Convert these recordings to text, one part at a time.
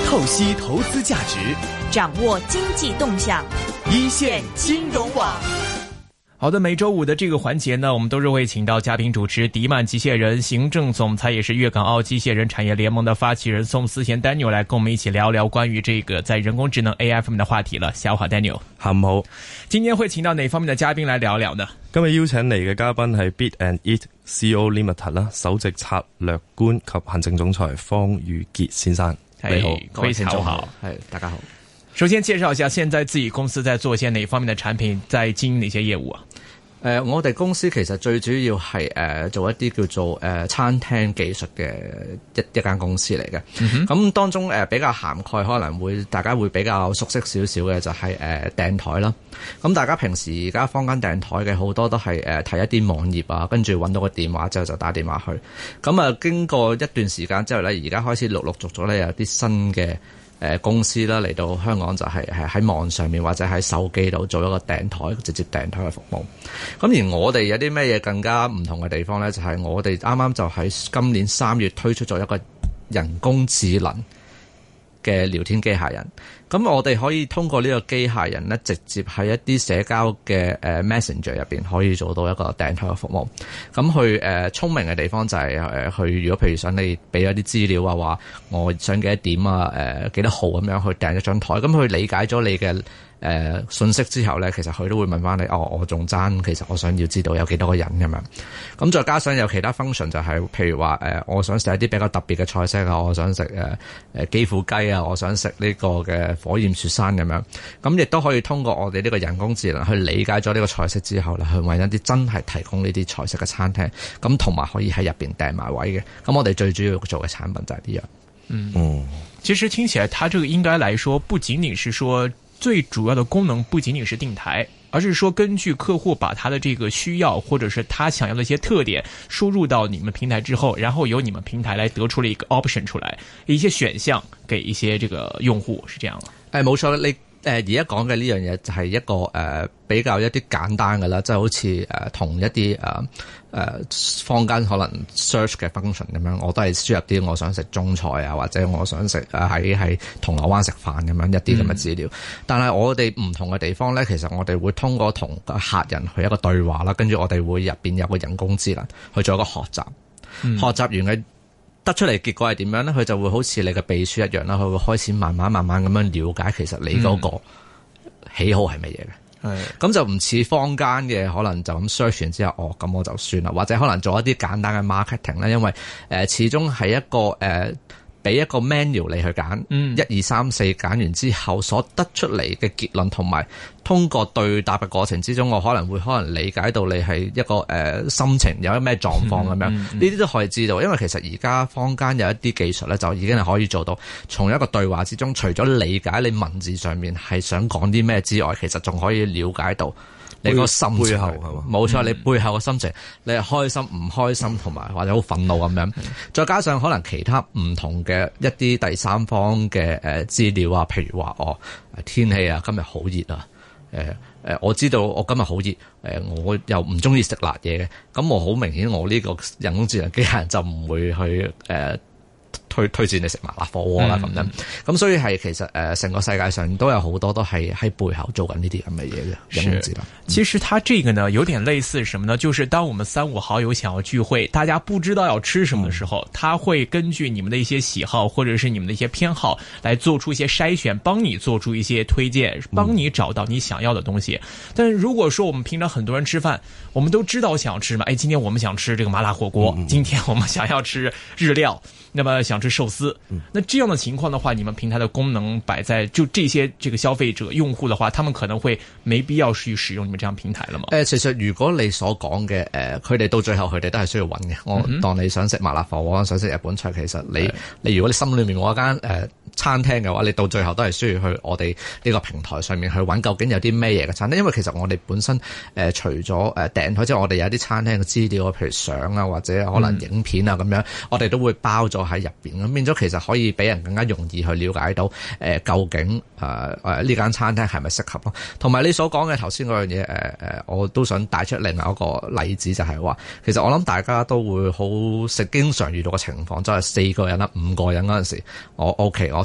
透析投资价值， 掌握经济动向， 一线金融网。好的，每周五的这个环节呢，我们都是会请到嘉宾主持迪曼机械人行政总裁，也是粤港澳机械人产业联盟的发起人宋思贤 Daniel 来跟我们一起聊聊关于这个在人工智能 AI 方面的話題了。下午好 Daniel。 下午好。 今天會請到哪方面的嘉賓來聊聊呢？ 今日邀請嚟嘅嘉賓係 Bit and Eat CO Limited 啦，首席策略官及行政總裁方宇傑先生。你好， 各位聽眾好， 大家好。 首先介紹一下，現在自己公司在做些哪方面的產品，在經營哪些業務啊？ 我哋公司其實最主要係做一啲叫做餐廳技術嘅一間公司嚟嘅。咁當中比較涵蓋可能會大家會比較熟悉少少嘅就係訂台啦。咁大家平時而家坊間訂台嘅好多都係睇一啲網頁啊，跟住揾到個電話之後就打電話去。咁啊經過一段時間之後咧，而家開始陸陸續續咧有啲新嘅公司啦嚟到香港，就係喺網上面或者喺手機度做一個訂台，直接訂台嘅服務。咁而我哋有啲咩嘢更加唔同嘅地方咧？就係我哋啱啱就喺今年3月推出咗一個人工智能嘅聊天機械人。咁我哋可以通過呢個機械人咧，直接喺一啲社交嘅Messenger 入邊可以做到一個訂台嘅服務。咁佢聰明嘅地方就係佢如果譬如想你俾一啲資料啊，話我想幾多點啊，幾多號咁樣去訂一張台，咁佢理解咗你嘅信息之後咧，其實佢都會問翻你，我仲爭，其實我想要知道有幾多個人咁樣。咁再加上有其他 function 就係譬如話我想食一啲比較特別嘅菜式啊，我想食基輔雞啊，我想食呢個嘅火焰雪山咁樣。咁亦都可以通過我哋呢個人工智能去理解咗呢個菜式之後咧，去揾一啲真係提供呢啲菜式嘅餐廳，咁同埋可以喺入邊訂埋位嘅。咁我哋最主要做嘅產品就係呢樣。 其實聽起來，它這個應該來說，不僅僅是說最主要的功能不僅僅是訂台，而是說根據客戶把他的這個需要或者是他想要的一些特點輸入到你們平台之後，然後由你們平台來得出了一個 option 出來，一些選項給一些這個用戶，是這樣嗎？ 冇錯，你而家講嘅呢樣嘢就係一個比較一啲簡單嘅啦，即係好似同一啲坊間可能 search 嘅 function 咁樣，我都係輸入啲我想食中菜啊，或者我想食喺銅鑼灣食飯咁樣一啲咁嘅資料。但係我哋唔同嘅地方咧，其實我哋會通過同客人去一個對話啦，跟住我哋會入邊有個人工智能去做一個學習。學習完嘅得出嚟結果係點樣咧？佢就會好似你嘅秘書一樣啦，佢會開始慢慢咁樣了解其實你嗰個喜好係乜嘢嘅。咁就唔似坊間嘅可能就咁 search 完之後，咁我就算啦，或者可能做一啲簡單嘅 marketing 咧，因為始終係一個俾一個 menu 你去揀，1、2、3、4揀完之後所得出嚟嘅結論，同埋通過對答嘅過程之中，我可能理解到你係一個心情有啲咩狀況咁樣，呢啲都可以知道。因為其實而家坊間有一啲技術咧，就已經係可以做到從一個對話之中，除咗理解你文字上面係想講啲咩之外，其實仲可以了解到你個心情，冇錯，你背後嘅心情，你係開心、唔開心，同埋或者好憤怒咁樣。再加上可能其他唔同嘅一啲第三方嘅資料啊，譬如話天氣啊，今日好熱啊，我知道我今日好熱，我又唔中意食辣嘢嘅，咁我好明顯我呢個人工智能機械人就唔會去推薦你食麻辣火鍋啦咁樣，咁所以係其實成個世界上都有好多都係喺背後做緊呢啲咁嘅嘢嘅人工智能。 其實它這個呢有點類似什麼呢？就是當我們3、5好友想要聚會，大家不知道要吃什麼的時候，它會根據你們的一些喜好或者是你們的一些偏好來做出一些篩選，幫你做出一些推薦，幫你找到你想要的東西。但是如果說我們平常很多人吃飯，我們都知道想要吃什麼，今天我們想吃這個麻辣火鍋，今天我們想要吃日料，那麼想吃壽司，那這樣的情況的話，你們平台的功能擺在就這些這個消費者用戶的話，他們可能會沒必要去使用你們這樣平台了嗎？ 其實如果你所講嘅佢哋到最後佢哋都係需要揾嘅。我當你想食麻辣火鍋，想食日本菜，其實你如果你心裏面嗰間餐廳嘅話，你到最後都係需要去我哋呢個平台上面去揾究竟有啲咩嘢嘅餐廳。因為其實我哋本身除咗訂台之外，我哋有一啲餐廳嘅資料，譬如相啊或者可能影片啊咁樣，我哋都會包咗喺入邊，咁變咗其實可以俾人更加容易去了解到究竟呢間餐廳係咪適合咯。同埋你所講嘅頭先嗰樣嘢，我都想帶出另外一個例子，就係話其實我諗大家都會好經常遇到嘅情況，就係4個人啦、5個人嗰陣時，我 OK，我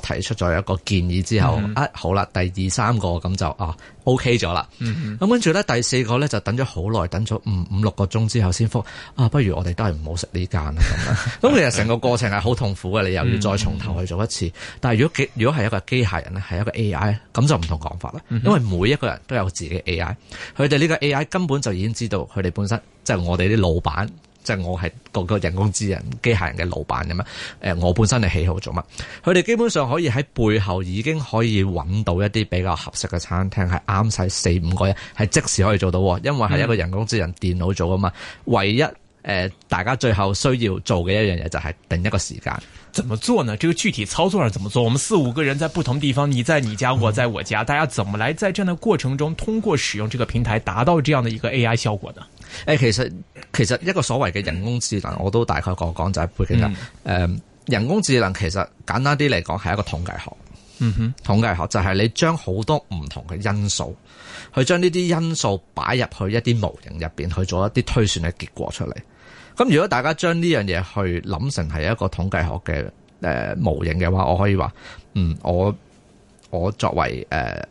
提出咗一個建議之後，好啦，第2、3個咁就OK 咗啦。咁跟住咧第4個咧就等咗好耐，等咗5、6個鐘之後先覆不如我哋都係唔好食呢間啦咁樣。咁其實成個過程係好痛苦嘅，你又要再從頭去做一次。但係如果係一個機械人咧，係一個 AI， 咁就唔同講法啦。因為每一個人都有自己嘅 AI， 佢哋呢個 AI 根本就已經知道佢哋本身即係我哋啲老闆。即係我係個人工智能機械人嘅老闆咁樣，我本身係喜好做乜？佢哋基本上可以喺背後已經可以揾到一啲比較合適嘅餐廳，係啱晒4、5個人，係即時可以做到，因為係一個人工智能電腦做啊嘛。唯一大家最後需要做嘅一樣嘢就係定一個時間。 怎麼做呢？這個具體操作上怎麼做？我們4、5個人在不同地方，你在你家，我在我家，大家怎麼來在這樣的過程中，通過使用這個平台達到這樣的一個 AI 效果呢？ 其實一個所謂嘅人工智能，我都大概講就係其實人工智能其實簡單啲嚟講係一個統計學。統計學就係你將好多唔同嘅因素，去將呢啲因素擺入去一啲模型入邊去做一啲推算嘅結果出嚟。咁如果大家將呢樣嘢去諗成係一個統計學嘅模型嘅話，我可以話我作為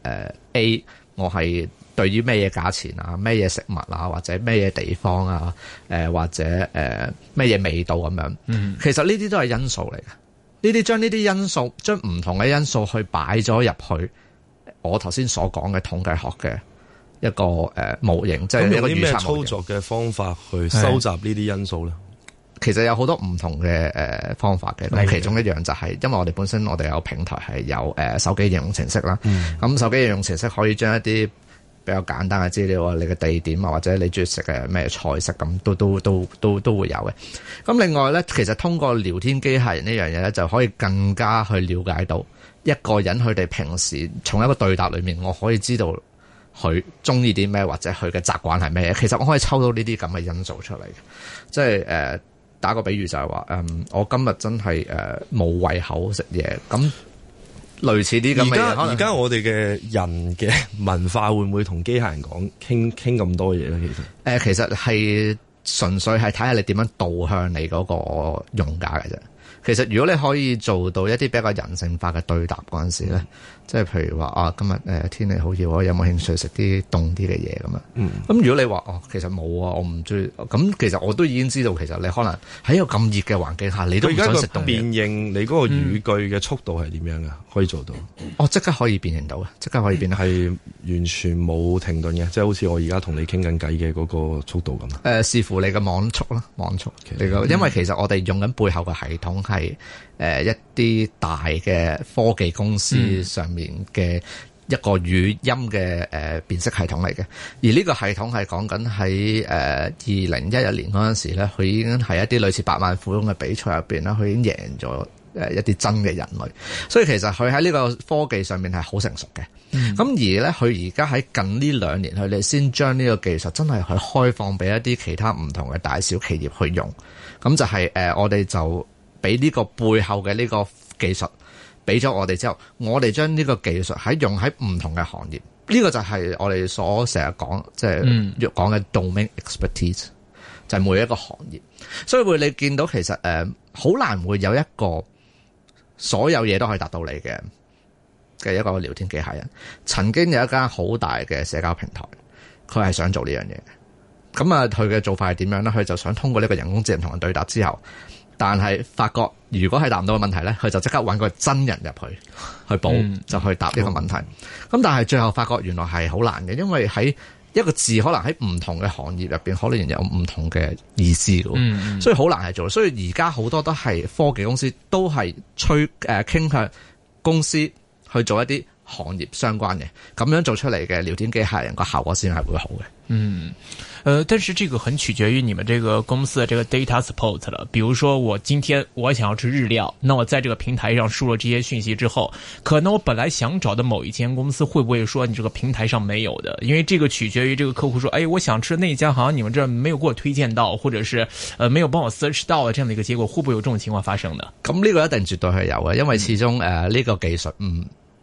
A， 我係對於咩嘢價錢啊、咩嘢食物啊，或者咩嘢地方啊、或者咩嘢味道咁樣，其實呢啲都係因素嚟嘅。呢啲將呢啲因素，將唔同嘅因素去擺咗入去我頭先所講嘅統計學嘅一個模型，即係一個預測模型。咁有啲咩操作嘅方法去收集呢啲因素咧？ 其實有好多唔同嘅方法嘅，咁其中一樣就係因為我哋本身我哋有平台係有手機應用程式啦，咁手機應用程式可以將一啲比較簡單嘅資料啊，你嘅地點啊，或者你中意食嘅咩菜式咁，都會有嘅。咁另外咧，其實通過聊天機械人呢樣嘢咧，就可以更加去了解到一個人佢哋平時從一個對答裏面，我可以知道佢中意啲咩，或者佢嘅習慣係咩。其實我可以抽到呢啲咁嘅因素出嚟嘅，即係打個比喻就係話我今日真係冇胃口食嘢咁。類似啲咁嘅嘢， 而家我哋嘅人嘅文化會唔會同機械人傾咁多嘢咧？ 其實係純粹係睇下你點樣導向你嗰個用家嘅啫。其實如果你可以做到一啲比較人性化嘅對答嗰陣時咧，即係譬如話今日天氣好熱，有冇興趣食啲凍啲嘅嘢咁啊？咁如果你話其實冇啊，我唔中意，咁其實我都已經知道，其實你可能喺一個咁熱嘅環境下，你都唔想食凍嘢。辨認你嗰個語句嘅速度係點樣㗎？可以做到？ 即刻可以辨認到嘅，即刻可以辨認係完全冇停頓嘅，即係好似我而家同你傾緊偈嘅嗰個速度咁。 視乎你嘅網速啦，網速。因為其實我哋用緊背後嘅系統係一啲大嘅科技公司上面嘅一個語音嘅辨識系統嚟嘅，而呢個系統係講緊喺2011年嗰陣時咧，佢已經係一啲類似百萬富翁嘅比賽入邊啦，佢已經贏咗一啲真嘅人類，所以其實佢喺呢個科技上面係好成熟嘅。咁而咧，佢而家喺近呢2年，佢哋先將呢個技術真係去開放俾一啲其他唔同嘅大小企業去用。咁就係我哋就俾呢個背後嘅呢個技術俾咗我哋之後，我哋將呢個技術用喺唔同嘅行業，呢個就係我哋所成日講，即係講嘅 domain expertise，就係每一個行業。所以你見到其實好難會有一個所有嘢都可以答到你嘅一個聊天機械人。曾經有一間好大嘅社交平台，佢係想做呢樣嘢嘅。咁佢嘅做法係點樣咧？佢就想通過呢個人工智能同人對答之後，但係發覺如果係答唔到嘅問題咧，佢就即刻揾個真人入去補，就去答呢個問題。咁但係最後發覺原來係好難嘅，因為喺一個字可能喺唔同嘅行業入邊，可能有唔同嘅意思嘅，所以好難係做。所以而家好多都係科技公司都係傾向公司去做一啲行業相關嘅，咁樣做出嚟嘅聊天機械人個效果先係會好嘅。 但是這個很取決於你們這個公司的這個 data support 了。比如說我今天我想要吃日料，那我在這個平台上輸入這些訊息之後，可能我本來想找的某一間公司會不會說你這個平台上沒有的？因為這個取決於這個客戶說，我想吃那家好像你們這沒有給我推薦到，或者是沒有幫我 search 到這樣的一個結果，會不會有這種情況發生呢？ 咁呢個一定絕對係有嘅，因為始終呢個技術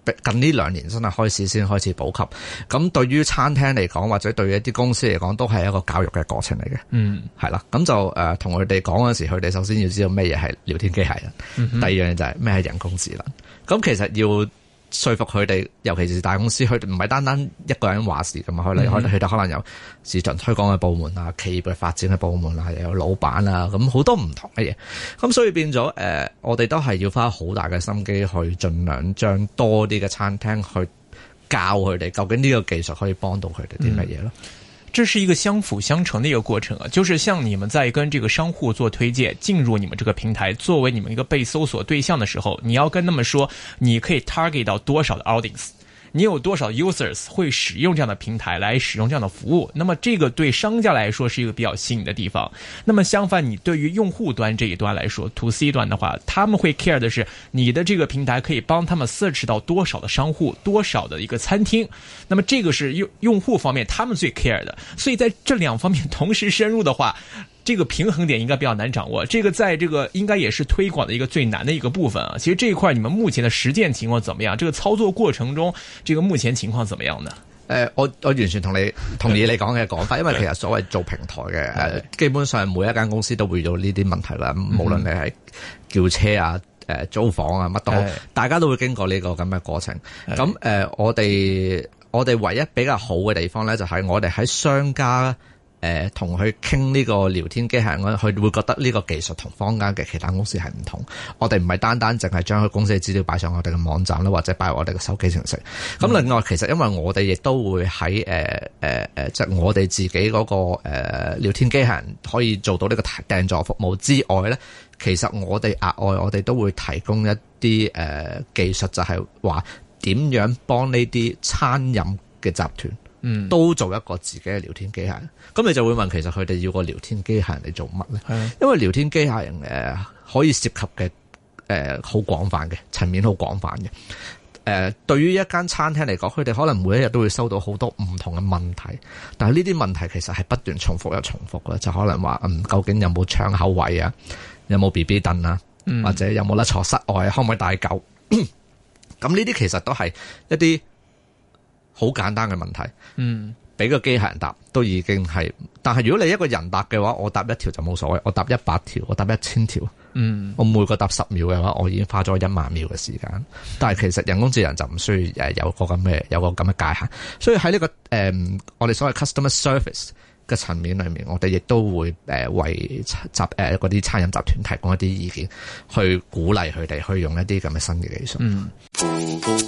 近呢2年真係開始普及。咁對於餐廳嚟講，或者對於一啲公司嚟講，都係一個教育嘅過程嚟嘅。係啦。咁就同佢哋講嗰時，佢哋首先要知道咩嘢係聊天機械人，第二樣嘢就係咩係人工智能。咁其實要說服佢哋，尤其是大公司，佢唔係單單一個人話事㗎嘛，佢哋可能有市場推廣嘅部門啊、企業嘅發展嘅部門啊，又有老闆啊，咁好多唔同嘅嘢。咁所以變咗我哋都係要花好大嘅心機去盡量將多啲嘅餐廳去教佢哋，究竟呢個技術可以幫到佢哋啲乜嘢咯。 這是一個相輔相成的一個過程啊，就是像你們在跟這個商戶做推薦，進入你們這個平台，作為你們一個被搜索對象的時候，你要跟他們說，你可以 target 到多少的 audience， 你有多少 users 會使用這樣的平台來使用這樣的服務，那麼這個對商家來說是一個比較吸引的地方。那麼相反，你對於用戶端這一端來說 ，to C 端的話，他們會 care 的是你的這個平台可以幫他們 search 到多少的商戶，多少的一個餐廳。那麼這個是用戶方面他們最 care 的。所以在這兩方面同時深入的話，這個平衡點應該比較難掌握，這個在這個應該也是推廣的一個最難的一個部分啊。其實這一塊你們目前的實踐情況怎麼樣？這個操作過程中，這個目前情況怎麼樣呢？ 我完全同意你講嘅講法，因為其實所謂做平台嘅基本上每一間公司都會遇到呢啲問題啦。無論你係叫車啊、租房啊乜都好，大家都會經過呢個咁嘅過程。咁我哋唯一比較好嘅地方咧，就係我哋喺商家同佢傾呢個聊天機械人，佢會覺得呢個技術同坊間嘅其他公司係唔同。我哋唔係單單淨係將佢公司嘅資料擺上我哋嘅網站啦，或者擺入我哋嘅手機程式。咁另外，其實因為我哋亦都會喺即係我哋自己嗰個聊天機械人可以做到呢個訂座服務之外咧，其實我哋額外我哋都會提供一啲技術，就係話點樣幫呢啲餐飲嘅集團。都做一個自己嘅聊天機械人，咁你就會問，其實佢哋要個聊天機械人嚟做乜咧？因為聊天機械人可以涉及嘅好廣泛嘅層面，好廣泛嘅。對於一間餐廳嚟講，佢哋可能每一日都會收到好多唔同嘅問題，但係呢啲問題其實係不斷重複又重複嘅，就可能話究竟有冇窗口位啊，有冇 BB 凳啊，或者有冇得坐室外，可唔可以帶狗？咁呢啲其實都係一啲好簡單嘅問題，俾個機械人答都已經係。但係如果你一個人答嘅話，我答1條就冇所謂，我答100條，我答1000條，我每個答10秒嘅話，我已經花咗1萬秒嘅時間。但係其實人工智能就唔需要有個咁嘅界限，所以喺呢個我哋所謂 customer service 嘅層面裏面，我哋亦都會為嗰啲餐飲集團提供一啲意見，去鼓勵佢哋去用一啲咁嘅新嘅技術。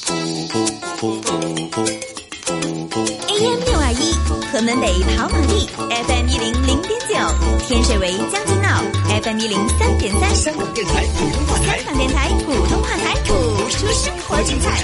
AM621 何文田跑馬地 FM 100.9天水圍將軍澳 FM 103.3 香港電台普通話台， 香港電台普通話台，播出生活精彩。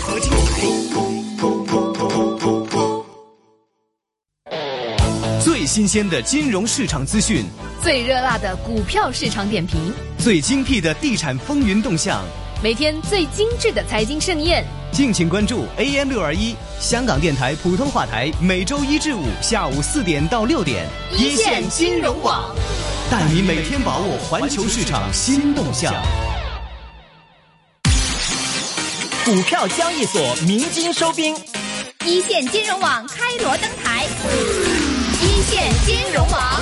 最新鮮的金融市場資訊， 最熱辣的股票市場點評， 最精闢的地產風雲動向， 每天最精緻的財經盛宴。 敬請關注 AM621 香港電台普通話台，每周1至5下午4點到6點， 一線金融網， 帶你每天把握環球市場新動向。股票交易所鳴金收兵， 一線金融網開鑼登台，一線金融網。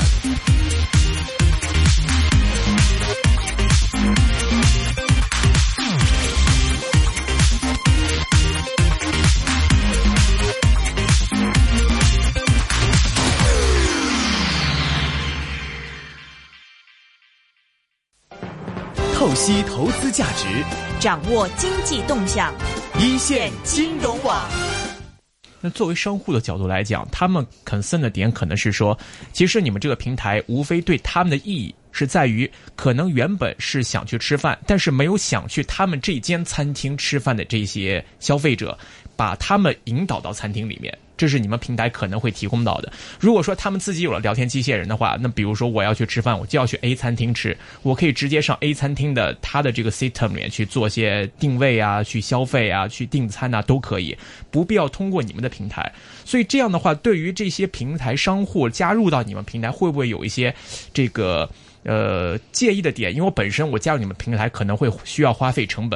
透析投資價值， 掌握經濟動向， 一線金融網。 那作為商戶的角度來講，他們 concern 的點可能是說，其實你們這個平台無非對他們的意義是在於，可能原本是想去吃飯，但是沒有想去他們這間餐廳吃飯的這些消費者，把他們引導到餐廳裏面，這是你們平台可能會提供到的。如果說他們自己有了聊天機械人的話，那比如說我要去吃飯，我就要去 A 餐廳吃，我可以直接上 A 餐廳的它的這個 system 裏面去做些定位啊，去消費啊，去訂餐啊，都可以，不必要通過你們的平台。所以這樣的話，對於這些平台商戶加入到你們平台，會不會有一些這個介意的點？因為我本身我加入你們平台可能會需要花費成本。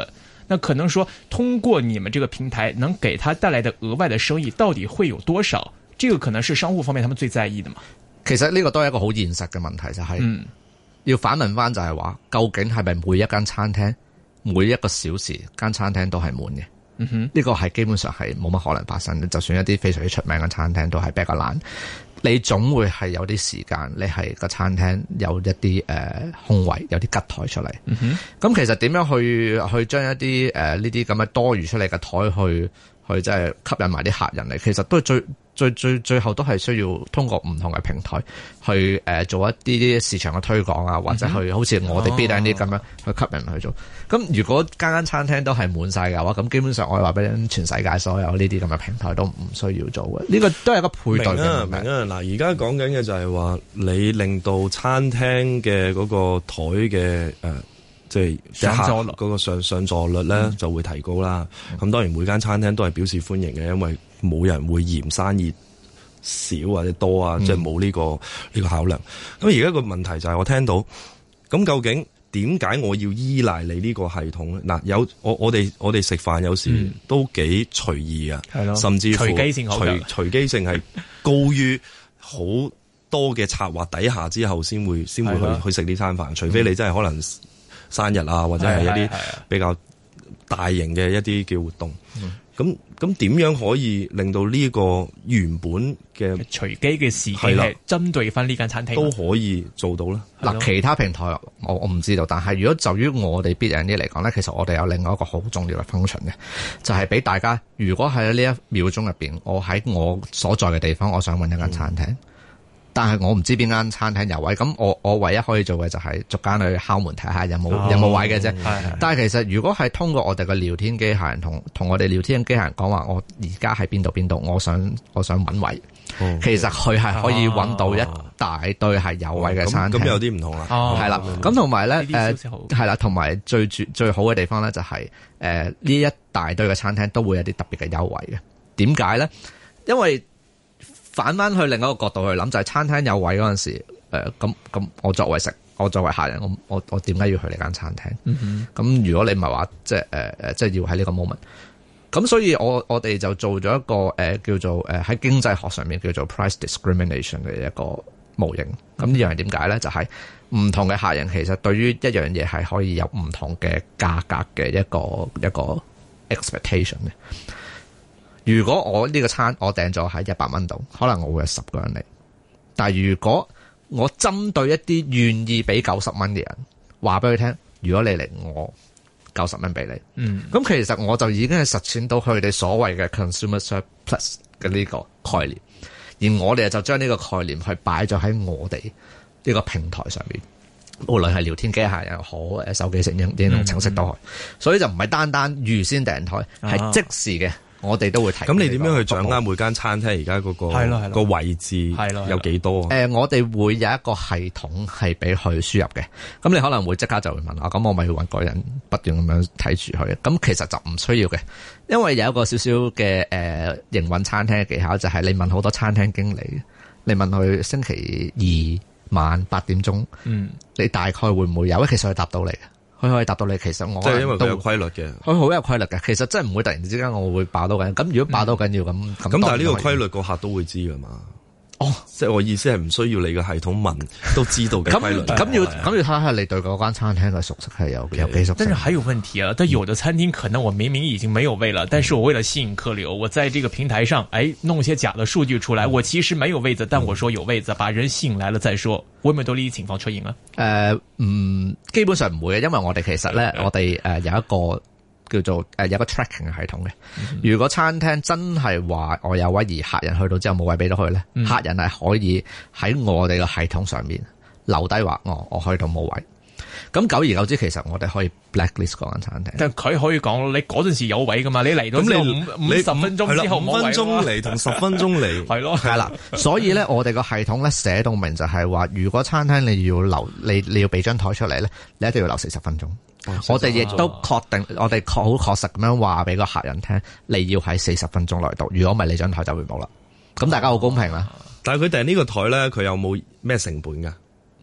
那可能說通過你們這個平台能給他帶來的額外的生意到底會有多少？這個可能是商戶方面他們最在意的嘛。 其實呢個都係一個好現實嘅問題，就係要反問翻就係話，究竟係咪每一間餐廳每一個小時間餐廳都係滿嘅？呢個係基本上係冇乜可能發生嘅。就算一啲非常之出名嘅餐廳都係比較難。你總會係有啲時間，你係個餐廳有一啲空位，有啲吉台出嚟。咁其實點樣去將一啲呢啲咁嘅多餘出嚟嘅台去即係吸引埋啲客人嚟，其實都係最後都係需要通過唔同嘅平台去做一啲市場嘅推廣啊，或者去好似我哋 Beat and Eat 咁樣去吸引人去做。咁如果間餐廳都係滿晒嘅話，咁基本上我哋話俾你，全世界所有呢啲咁嘅平台都唔需要做嘅。呢個都係一個配對嘅。 明啊！嗱，而家講緊嘅就係話你令到餐廳嘅嗰個台嘅即係上座率嗰個上座率咧就會提高啦。咁當然每間餐廳都係表示歡迎嘅，因為冇人會嫌生意少或者多啊，即係冇呢個考量。咁而家個問題就係我聽到，咁究竟點解我要依賴你呢個系統咧？嗱，我哋食飯有時都幾隨意啊，甚至乎隨機性係高於好多嘅策劃底下之後先會去食呢餐飯，除非你真係可能生日啊，或者係一啲比較大型嘅一啲嘅活動。咁點樣可以令到呢個原本嘅隨機嘅事件係針對翻呢間餐廳都可以做到咧？ 嗱，其他平台我唔知道，但係如果就於我哋 Beat and Eat嚟講咧，其實我哋有另外一個好重要嘅 function 嘅，就係俾大家，如果喺呢一秒鐘入邊，我喺我所在嘅地方，我想揾一間餐廳。但係我唔知邊間餐廳有位，咁我唯一可以做嘅就係逐間去敲門睇下有冇位嘅啫。但係其實如果係通過我哋嘅聊天機械人同我哋聊天機械人講話，我而家喺邊度，我想揾位，其實佢係可以揾到一大堆係有位嘅餐廳。 咁有啲唔同啦， 係啦。咁同埋咧係啦，同埋最好嘅地方咧就係呢一大堆嘅餐廳都會有啲特別嘅優惠嘅。點解咧？因為反翻去另一個角度去諗，就係餐廳有位嗰陣時，咁我作為客人，我點解要去呢間餐廳？咁如果你唔係話即係要喺呢個 moment，咁所以我哋就做咗一個叫做喺經濟學上面叫做 price discrimination 嘅一個模型。咁呢樣係點解咧？就係唔同嘅客人其實對於一樣嘢係可以有唔同嘅價格嘅一個 expectation 嘅。如果我呢個餐我訂咗喺100蚊度，可能我會有10個人嚟。但係如果我針對一啲願意俾90蚊嘅人，話俾佢聽，如果你嚟，我90蚊俾你。咁其實我就已經係實踐到佢哋所謂嘅 consumer surplus 嘅呢個概念，而我哋就將呢個概念去擺咗喺我哋呢個平台上面，無論係聊天機械又好，手機應用程式都好，所以就唔係單單預先訂台，係即時嘅。我哋都會提。咁你點樣去掌握每間餐廳而家嗰個位置有幾多啊？ 我哋會有一個系統係俾佢輸入嘅。咁你可能會即刻就會問我，咁我咪要揾個人不斷咁樣睇住佢。咁其實就唔需要嘅，因為有一個少少嘅營運餐廳嘅技巧，就係你問好多餐廳經理，你問佢星期二晚8點鐘，你大概會唔會有？其實佢答到你嘅。佢可以答到你，其實我即係因為佢有規律嘅， 佢好有規律嘅。其實真係唔會突然之間我會爆到緊。咁如果爆到緊要咁， 但係呢個規律個客都會知㗎嘛。即係我意思係唔需要你嘅系統問都知道嘅規律。 咁要睇下你對嗰間餐廳嘅熟悉係有幾熟悉。 但是還有問題啊！但有的餐廳可能我明明已經沒有位了，但是我為了吸引客流，我在這個平台上，弄一些假的數據出來，我其實沒有位子，但我說有位子，把人吸引來了再說，會唔會到呢啲情況出現啊？ 基本上唔會嘅，因為我哋其實咧，我哋有一個叫做有個 tracking 嘅系統嘅。如果餐廳真係話我有位，而客人去到之後冇位俾到佢咧，客人係可以喺我哋嘅系統上面留低話我去到冇位。咁久而久之，其實我哋可以 blacklist 嗰間餐廳。 但佢可以講你嗰陣時有位噶嘛？你嚟到之後50分鐘之後冇位 5分鐘嚟同10分鐘嚟係咯， 係啦。所以咧，我哋個系統咧寫到明就係話，如果餐廳你要留你要俾張台出嚟咧，你一定要留40分鐘。我哋亦都確定，我哋好確實咁樣話俾個客人聽，你要喺40分鐘內到，如果唔係你張台就會冇啦。咁大家好公平啦。 但係佢訂呢個台咧，佢有冇咩成本噶？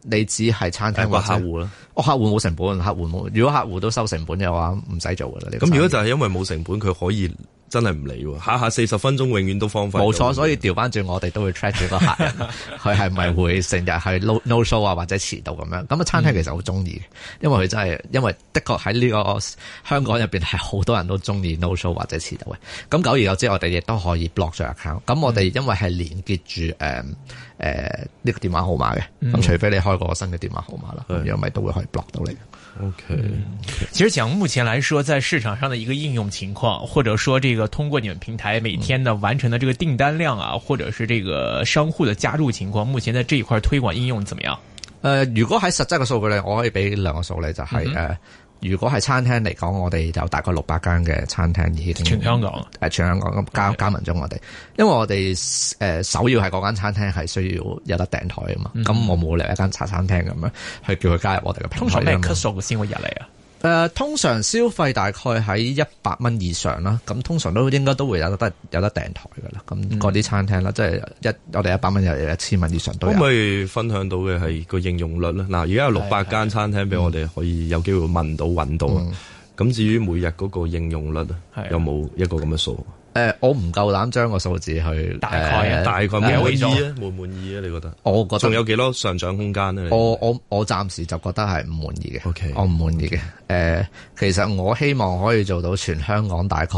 你只係餐廳或者客戶啦， 客戶冇成本，客戶冇。如果客戶都收成本嘅話，唔使做噶啦。 咁如果就係因為冇成本，佢可以真係唔理喎，下40分鐘永遠都荒廢。 冇錯，所以調翻轉我哋都會 track 住個客人，佢係咪會成日係 no show 啊，或者遲到咁樣。咁啊，餐廳其實好中意，因為佢真係，因為的確喺呢個香港入邊係好多人都中意 no show 或者遲到嘅。咁久而久之，我哋亦都可以 block 咗 account。咁我哋因為係連結住呢個電話號碼嘅，咁除非你開個新嘅電話號碼啦，如果唔係都會可以 block 到你。 OK， 其實講目前來說，在市場上的一個應用情況，或者說這個通過你們平台每天的完成的這個訂單量啊，或者是這個商戶的加入情況，目前在這一塊推廣應用怎麼樣？ 如果喺實質嘅數據咧，我可以俾2個數你，就係如果係餐廳嚟講，我哋有大概600間嘅餐廳已經全香港， 全香港咁加盟咗我哋，因為我哋首要係嗰間餐廳係需要有得訂台啊嘛，咁我冇理由一間茶餐廳咁樣去叫佢加入我哋嘅平台。 通常咩級數先會入嚟啊？ 通常消費大概喺100蚊以上啦，咁通常都應該都會有得訂台噶啦。咁嗰啲餐廳啦，即係我哋100蚊有1000蚊以上都有。可唔可以分享到嘅係個應用率咧？嗱，而家有600間餐廳俾我哋可以有機會問到揾到。咁至於每日嗰個應用率有冇一個咁嘅數？ 我唔夠膽將個數字去大概滿意啊？滿唔滿意啊？你覺得？我覺得仲有幾多上漲空間咧？ 我暫時就覺得係唔滿意嘅。 Okay. 我唔滿意嘅。其實我希望可以做到全香港大概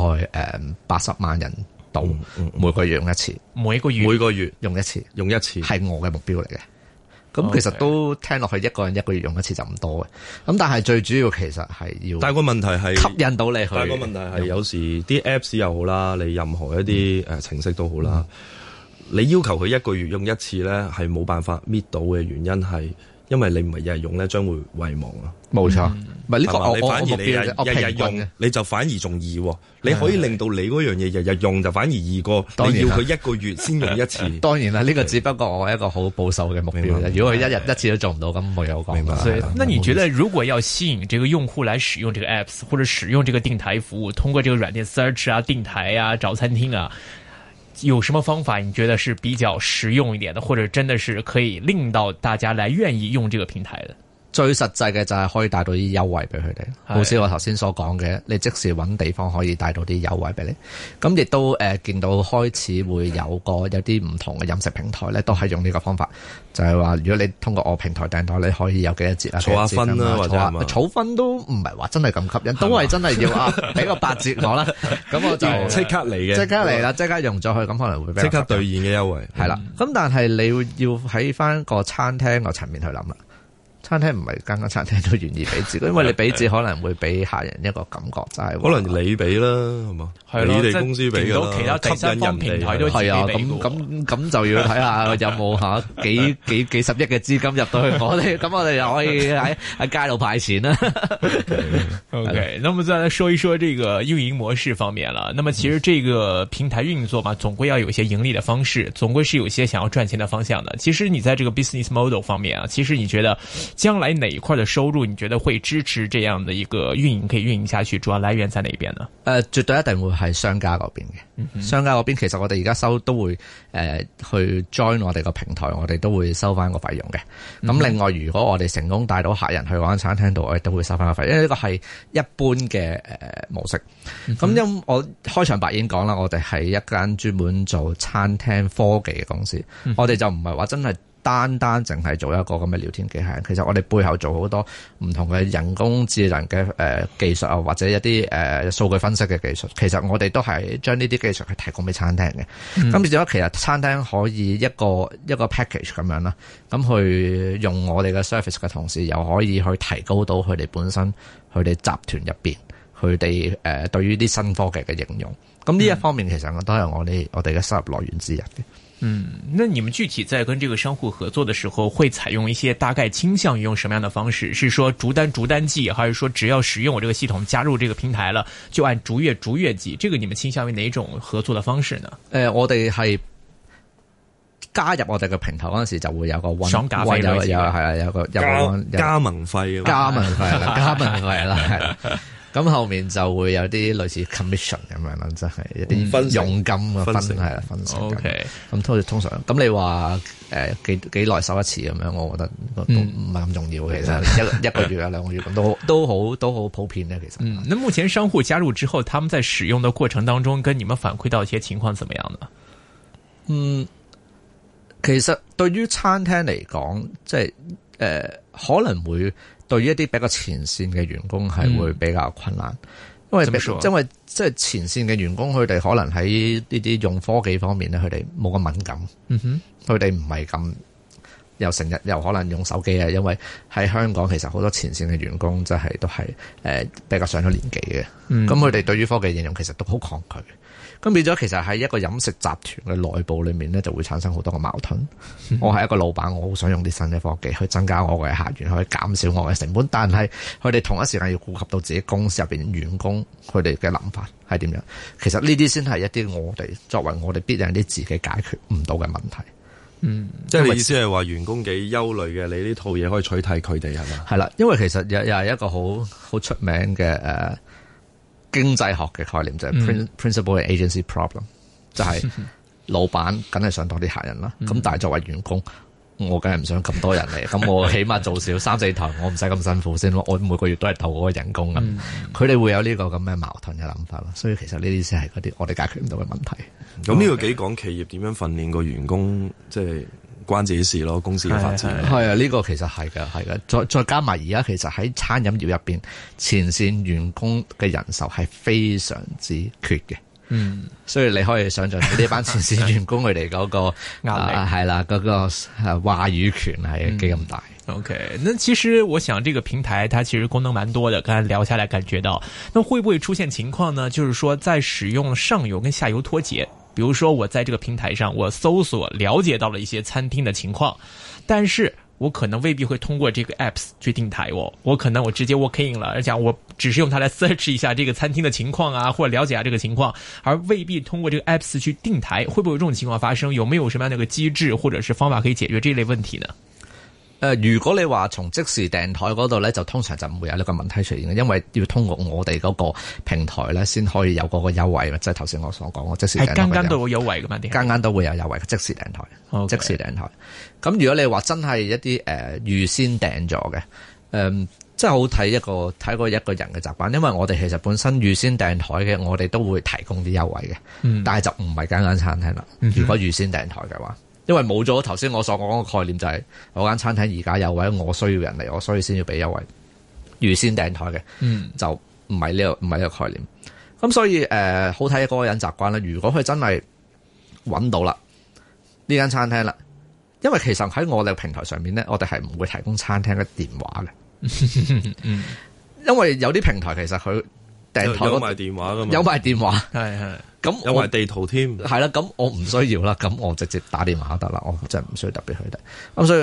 80萬人到每個月用一次， 每個月用一次，係我嘅目標嚟嘅。咁其實都聽落去，一個人一個月用一次就唔多嘅。咁但係最主要其實係要， 但係個問題係吸引到你去。 但係個問題係有時啲 Apps 又好啦，你任何一啲程式都好啦，你要求佢一個月用一次咧，係冇辦法搣到嘅原因係，因為你唔係日日用咧，將會遺忘啊。 冇錯，唔係呢個我反而你日日用， 你就反而仲易。你可以令到你嗰樣嘢日日用就反而易過你要佢一個月先用一次。 當然啦，呢個只不過我一個好保守嘅目標。如果佢一日一次都做唔到，咁冇有講。 明白。 那你覺得如果要吸引這個用戶來使用這個 apps 或者使用這個訂台服務，通過這個軟件 search 啊、訂台啊、找餐廳啊，有什麼方法你覺得是比較實用一點的，或者真的是可以令到大家來願意用這個平台的？ 最實際嘅就係可以帶到啲優惠俾佢哋，好似我頭先所講嘅，你即時揾地方可以帶到啲優惠俾你。咁亦都見到開始會有啲唔同嘅飲食平台咧，都係用呢個方法，就係話如果你通過我平台訂台，你可以有幾多折啊？ 儲下分啦，或者儲分都唔係話真係咁吸引，都係真係要俾個8折我啦。咁我就即刻嚟嘅， 即刻嚟啦，即刻用咗佢，咁可能會比較即刻兌現嘅優惠。 係啦，咁但係你要喺翻個餐廳個層面去諗啦。餐廳唔係間間餐廳都願意俾折，因為你俾折可能會俾客人一個感覺，就係可能你俾啦，係嘛？係你哋公司俾㗎啦， 其他第三方平台都係啊， 咁就要睇下有冇幾十億嘅資金入到去我哋，咁我哋又可以喺街度派錢啦。 OK，那麼再來說一說這個運營模式方面了。那麼其實這個平台運作嘛，總歸要有一些盈利的方式，總歸是有一些想要賺錢的方向的。其實你在這個 business model 方面啊，其實你覺得將來哪一塊的收入，你覺得會支持這樣的一個運營可以運營下去？主要來源在哪邊呢？ 絕對一定會係商家嗰邊嘅。商家嗰邊其實我哋而家收都會去 join 我哋個平台，我哋都會收翻個費用嘅。咁另外，如果我哋成功帶到客人去嗰間餐廳度，我哋都會收翻個費用，因為呢個係一般嘅模式。咁因我開場白已經講啦，我哋係一間專門做餐廳科技嘅公司，我哋就唔係話真係單淨係做一個咁嘅聊天機械人，其實我哋背後做好多唔同嘅人工智能嘅技術啊，或者一啲數據分析嘅技術。其實我哋都係將呢啲技術係提供俾餐廳嘅。咁變咗其實餐廳可以一個 package 咁樣啦，咁去用我哋嘅 service 嘅同時，又可以去提高到佢哋本身佢哋集團入邊佢哋對於啲新科技嘅應用。咁呢一方面其實都係我哋嘅收入來源之一嘅。 那你們具體在跟這個商戶合作的時候，會採用一些大概傾向於用什麼樣的方式？是說逐單計，還是說只要使用我這個系統加入這個平台了，就按逐月計？這個你們傾向於哪種合作的方式呢？ 我哋係加入我哋嘅平台嗰陣時，就會有個爽價費類似， 有個加盟費啦，係啦。 咁後面就會有啲類似 commission 咁樣啦，即係一啲佣金嘅分成。 OK， 咁通常咁你話幾耐收一次咁樣，我覺得都唔係咁重要嘅。其實一個月啊2個月咁都好普遍嘅。其實。 那目前商戶加入之後，他們在使用的過程當中，跟你們反饋到一些情況怎麼樣呢？ 其實對於餐廳嚟講，即係可能會對於一啲比較前線嘅員工係會比較困難，因為即係前線嘅員工佢哋可能喺呢啲用科技方面咧，佢哋冇咁敏感，佢哋唔係咁又成日又可能用手機啊，因為喺香港其實好多前線嘅員工即係都係比較上咗年紀嘅，咁佢哋對於科技應用其實都好抗拒。咁變咗，其實喺一個飲食集團嘅內部裏面咧，就會產生好多個矛盾。我係一個老闆，我好想用啲新嘅科技去增加我嘅客源，去減少我嘅成本。但係佢哋同一時間要顧及到自己公司入邊員工佢哋嘅諗法係點樣。其實呢啲先係一啲我哋作為我哋必然啲自己解決唔到嘅問題。 即係你意思係話員工幾憂慮嘅，你呢套嘢可以取替佢哋係嘛？ 係啦，因為其實又係一個好出名嘅經濟學嘅概念就係 principal agency problem， 就係老闆梗係想多啲客人啦，咁但係作為員工，我梗係唔想咁多人嚟，咁我起碼做少3-4台，我唔使咁辛苦先咯，我每個月都係投嗰個人工咁，佢哋會有呢個咁嘅矛盾嘅諗法咯，所以其實呢啲先係嗰啲我哋解決唔到嘅問題。 咁呢個幾講企業點樣訓練個員工，即係關自己事咯，公司嘅發展。 係啊，呢個其實係嘅，再加埋而家其實喺餐飲業入邊，前線員工嘅人手係非常之缺嘅。所以你可以想象呢班前線員工佢哋嗰個壓力係啦，嗰個話語權係幾咁大。 OK， 那其實我想這個平台它其實功能蠻多的，剛才聊下來感覺到，那會不會出現情況呢？就是說在使用上游跟下游脫節。比如說我在這個平台上我搜索了解到了一些餐廳的情況，但是我可能未必會通過這個 apps 去訂台我可能我直接 walk in 了，而且我只是用它來 search 一下這個餐廳的情況啊，或者了解下這個情況，而未必通過這個 apps 去訂台。會不會有這種情況發生？有沒有什麼樣的一個機制或者是方法可以解決這類問題呢？ 如果你話從即時訂台嗰度咧，就通常就唔會有呢個問題出現嘅，因為要通過我哋嗰個平台咧，先可以有嗰個優惠，即係頭先我所講嘅即時訂台。係間都會有優惠嘅嘛？間都會有優惠嘅即時訂台。Okay. 即時訂台。咁如果你話真係一啲預先訂咗嘅，即係好睇過一個人嘅習慣，因為我哋其實本身預先訂台嘅，我哋都會提供啲優惠嘅，但係就唔係間餐廳啦。如果預先訂台嘅話。因為冇咗頭先我所講嘅概念，就係我間餐廳而家有位，我需要人嚟，我所以先要俾優惠。預先訂台嘅，就唔係呢個概念。咁所以好睇嗰個人習慣啦。如果佢真係揾到啦呢間餐廳啦，因為其實喺我哋平台上面咧，我哋係唔會提供餐廳嘅電話嘅。因為有啲平台其實佢訂台有埋電話噶嘛，有埋電話係。咁有埋地圖添， 係啦，咁我唔需要啦，咁我直接打電話得啦，我真係唔需要特別去睇。咁所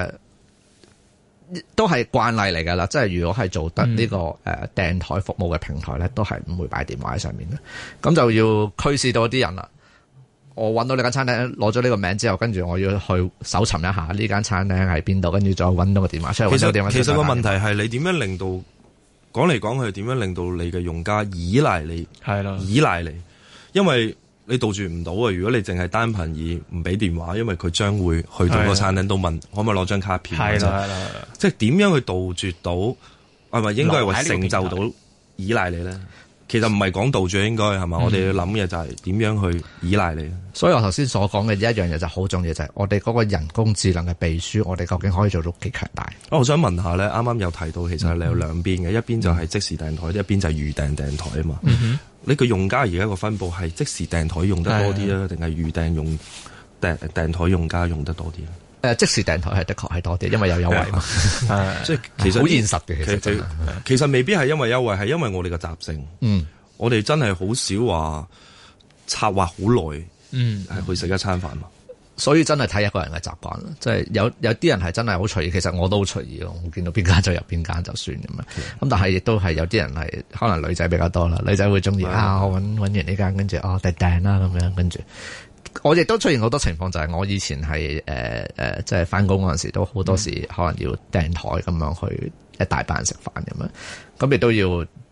以都係慣例嚟噶啦，即係如果係做得呢個訂台服務嘅平台咧，都係唔會擺電話喺上面嘅。咁就要驅使到啲人啦。我揾到呢間餐廳，攞咗呢個名之後，跟住我要去搜尋一下呢間餐廳喺邊度，跟住再揾到個電話出嚟。 其實個問題係你點樣令到講嚟講去點樣令到你嘅用家依賴你？係咯，依賴你。因為你杜絕唔到啊！如果你淨係單憑而唔俾電話，因為佢將會去到個餐廳都問可唔可以攞張卡片。係啦，即係點樣去杜絕到？係咪應該係話成就到依賴你咧？其實唔係講杜絕，應該係嘛？我哋要諗嘅就係點樣去依賴你。 所以我頭先所講嘅一樣嘢就好重要，就係我哋嗰個人工智能嘅秘書，我哋究竟可以做到幾強大？ 我想問下咧，啱啱有提到其實你有兩邊嘅，一邊就係即時訂台，一邊就係預訂台啊嘛。你個用家而家個分佈係即時訂台用得多啲啊，定係預訂用訂台用家用得多啲啊？ 即時訂台係的確係多啲，因為有優惠嘛。 即係其實好現實嘅， 其實未必係因為優惠，係因為我哋嘅習性。我哋真係好少話策劃好耐，係去食一餐飯嘛。 所以真係睇一個人嘅習慣啦，即係有啲人係真係好隨意，其實我都好隨意咯。我見到邊間就入邊間就算咁樣。咁但係亦都係有啲人係可能女仔比較多啦，女仔會中意我揾完呢間跟住訂啦咁樣，跟住我亦都出現好多情況，就係我以前係即係翻工嗰陣時都好多時可能要訂台咁樣去一大班人食飯咁樣，咁亦都要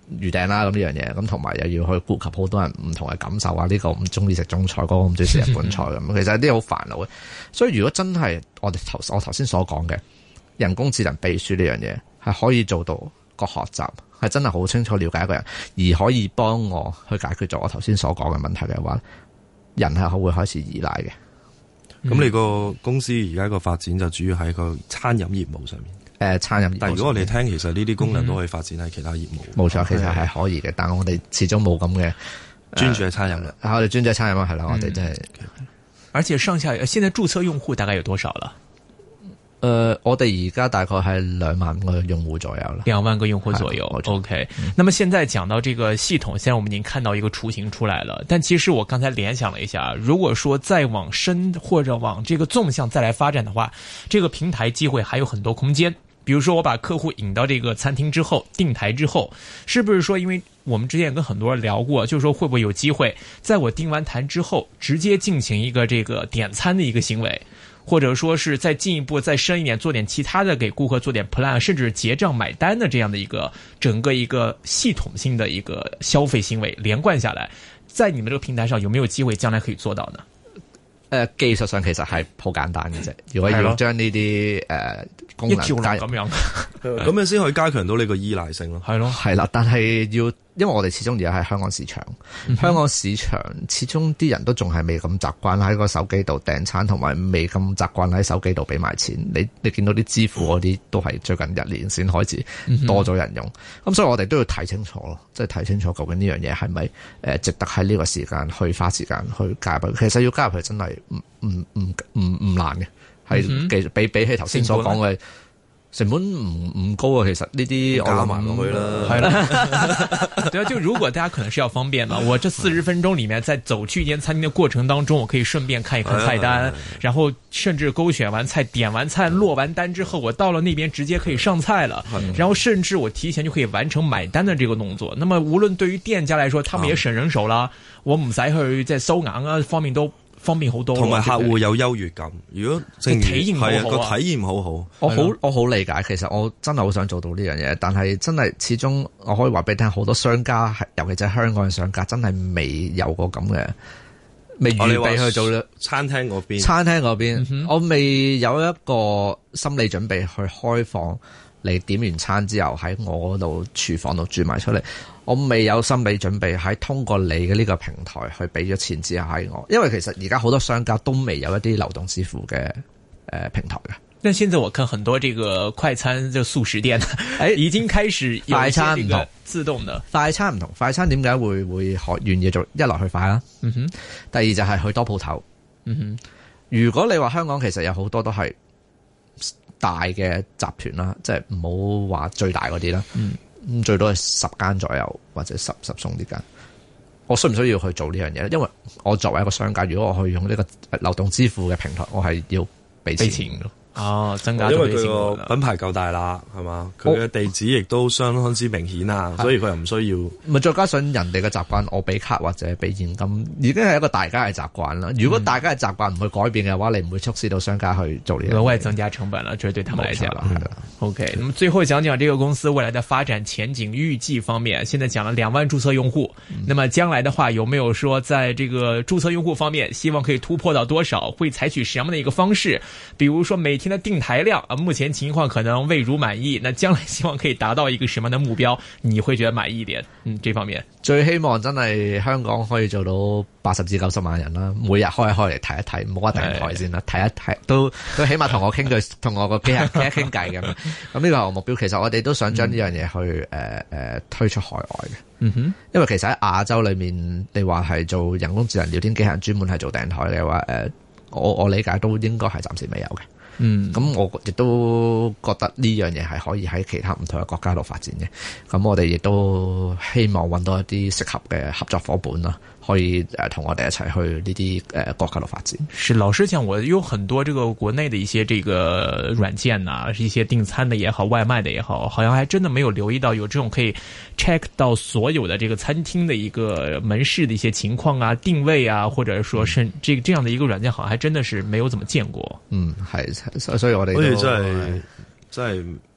預訂啦，咁呢樣嘢，咁同埋又要去顧及好多人唔同嘅感受啊，呢個唔中意食中菜，嗰個唔中意食日本菜咁，其實有啲好煩惱嘅。所以如果真係我頭先所講嘅人工智能秘書呢樣嘢，係可以做到個學習，係真係好清楚了解一個人，而可以幫我去解決咗我頭先所講嘅問題嘅話，人係會開始依賴嘅。 咁你個公司而家個發展就主要喺個餐飲業務上面。 餐飲業務。 但係如果我哋聽，其實呢啲功能都可以發展喺其他業務。 冇錯，其實係可以嘅，但係我哋始終冇咁嘅專注喺餐飲啦。 我哋專注喺餐飲係啦，我哋真係。 而且上下現在註冊用戶大概有多少了？ 我哋而家大概係2萬個用戶左右啦 ，2萬個用戶左右。OK，那麼現在講到這個系統，現在我們已經看到一個雛形出來了。但其實我剛才聯想了一下，如果說再往深或者往這個縱向再來發展的話，這個平台機會還有很多空間。比如說我把客戶引到這個餐廳之後，訂台之後，是不是說，因為我們之前跟很多人聊過，就是說會不會有機會，在我訂完台之後，直接進行一個這個點餐的一個行為？或者說是再進一步再深一點，做點其他的，給顧客做點 plan， 甚至結賬買單的這樣的一個整個一個系統性的一個消費行為連貫下來，在你們這個平台上有沒有機會將來可以做到呢？ 技術上其實係好簡單嘅啫，如果要將呢啲功能加入咁樣， 咁樣先可以加強到你個依賴性咯。 係咯， 係啦，但係要，因為我哋始終而家喺香港市場，香港市場始終啲人都仲係未咁習慣喺個手機度訂餐，同埋未咁習慣喺手機度俾埋錢。你見到啲支付嗰啲都係最近1年先開始多咗人用，咁所以我哋都要睇清楚咯，即係睇清楚究竟呢樣嘢係咪值得喺呢個時間去花時間去加入。其實要加入佢真係唔難嘅，係技術比起頭先所講嘅成本唔高啊。其實呢啲我諗埋落去啦， 係啦。對啊，就如果大家可能是要方便嘛，我這40分鐘裡面在走去一間餐廳的過程當中，我可以順便看一看菜單，然後甚至勾選完菜、點完菜、落完單之後，我到了那邊直接可以上菜了，然後甚至我提前就可以完成買單的這個動作。那麼無論對於店家來說，他們也省人手啦，我唔使去即係收硬啊，方面都方便好多， 同埋客戶有優越感。如果體驗好好， 個體驗好好， 我好理解。其實我真係好想做到呢樣嘢，但係真係始終我可以話俾你聽，好多商家尤其係香港嘅商家，真係未有過咁嘅，未預備去做餐廳嗰邊。 餐廳嗰邊，我未有一個心理準備去開放你點完餐之後喺我嗰度廚房度轉埋出嚟。我未有心理準備喺通過你嘅呢個平台去俾咗錢之後喺我，因為其實而家好多商家都未有一啲流動支付嘅平台嘅。 但現在我看很多這個快餐就速食店，已經開始有一些這個自動的快餐唔同，快餐點解會願意做？一來去快啦，第二就係去多鋪頭。如果你話香港其實有好多都係大嘅集團啦，即係唔好話最大嗰啲啦。最多係10間左右，或者十鬆啲間。我需唔需要去做呢樣嘢咧？因為我作為一個商家，如果我去用呢個流動支付嘅平台，我係要俾錢咯。 哦，增加因為佢個品牌夠大啦，係嘛？佢嘅地址亦都相當之明顯啊，所以佢又唔需要。咪再加上人哋嘅習慣，我俾卡或者俾現金，已經係一個大家嘅習慣啦。如果大家嘅習慣唔去改變嘅話，你唔會促使到商家去做呢樣。 額外增加成本了，這是對他們來講。OK，那麼最後講講這個公司未來的發展前景預計方面，現在講了2萬註冊用戶，那麼將來的話，有沒有說在這個註冊用戶方面，希望可以突破到多少？會採取什麼樣的一個方式？比如說每天的訂台量啊，目前情況可能未如滿意，那將來希望可以達到一個什麼樣的目標？你會覺得滿意一點？這方面最希望真係香港可以做到80至90萬人啦，每日開嚟睇一睇，唔好話訂台先啦，睇一睇都起碼同我傾句，同我個機客傾一傾偈咁。咁呢個係我目標。其實我哋都想將呢樣嘢去推出海外嘅。因為其實喺亞洲裏面，你話係做人工智能聊天機器人專門係做訂台嘅話，我理解都應該係暫時未有嘅。咁我亦都覺得呢樣嘢係可以喺其他唔同嘅國家度發展嘅。咁我哋亦都希望揾到一啲適合嘅合作夥伴啦，可以同我哋一齊去呢啲國家度發展。 是，老實講，我有很多這個國內的一些這個軟件啊，一些訂餐的也好，外賣的也好，好像還真的沒有留意到有這種可以 check 到所有的這個餐廳的一個門市的一些情況啊、定位啊，或者說是這樣的一個軟件，好像還真的是沒有怎麼見過。 係，所以我哋真係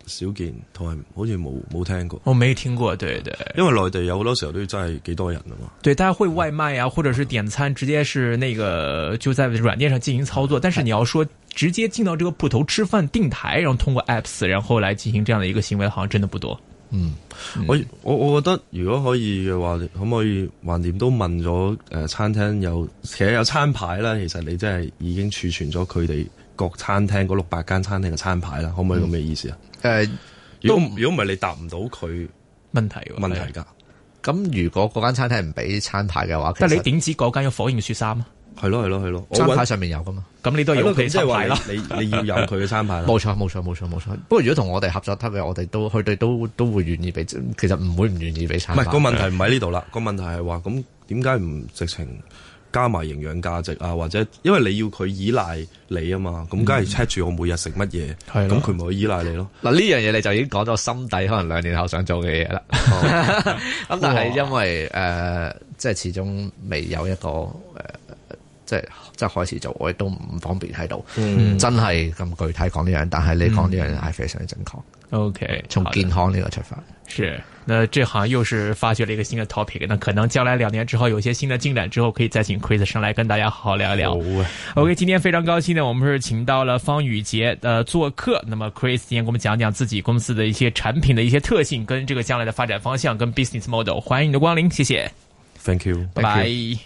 少見，同埋好似冇聽過。 我沒聽過，對對。 因為內地有好多時候都真係幾多人啊嘛。 對，大家會外賣啊，或者是點餐，直接是那個就在軟件上進行操作。但是你要說直接進到這個鋪頭吃飯訂台，然後通過 apps 然後來進行這樣的一個行為，好像真的不多。 我覺得如果可以嘅話，可唔可以橫掂都問咗餐廳其實有餐牌啦，其實你真係已經儲存咗佢哋各餐廳嗰600間餐廳嘅餐牌啦，可唔可以咁嘅意思啊？如果唔係你答唔到佢問題㗎。 咁如果嗰間餐廳唔俾餐牌嘅話， 但係你點知嗰間有火焰雪山啊？ 係咯， 餐牌上面有噶嘛？ 咁你都要佢餐牌啦。 你要有佢嘅餐牌啦。 冇錯。不過如果同我哋合作得嘅，佢哋都會願意俾。其實唔會唔願意俾餐牌。 唔係個問題唔喺呢度啦，個問題係話咁點解唔直情加埋營養價值啊？或者因為你要佢依賴你啊嘛，咁梗係 check 住我每日食乜嘢，咁佢咪會依賴你咯。 嗱呢樣嘢你就已經講咗心底可能2年後想做嘅嘢啦。咁但係因為即係始終未有一個即係開始做，我亦都唔方便喺度，真係咁具體講呢樣。但係你講呢樣係非常之正確。OK， 從健康呢個出發。 是，那這行又是發掘了一個新的 topic， 那可能將來2年之後有一些新的進展之後，可以再請 Chris 上來跟大家好好聊一聊。OK， 今天非常高興呢，我們是請到了方宇傑做客。那麼 Chris 今天給我們講講自己公司的一些產品的一些特性，跟這個將來的發展方向，跟 business model。歡迎你的光臨，謝謝。 Thank you， 拜拜。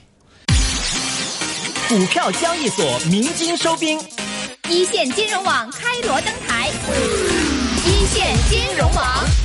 股票交易所鳴金收兵， 一線金融網開鑼登台，一線金融網。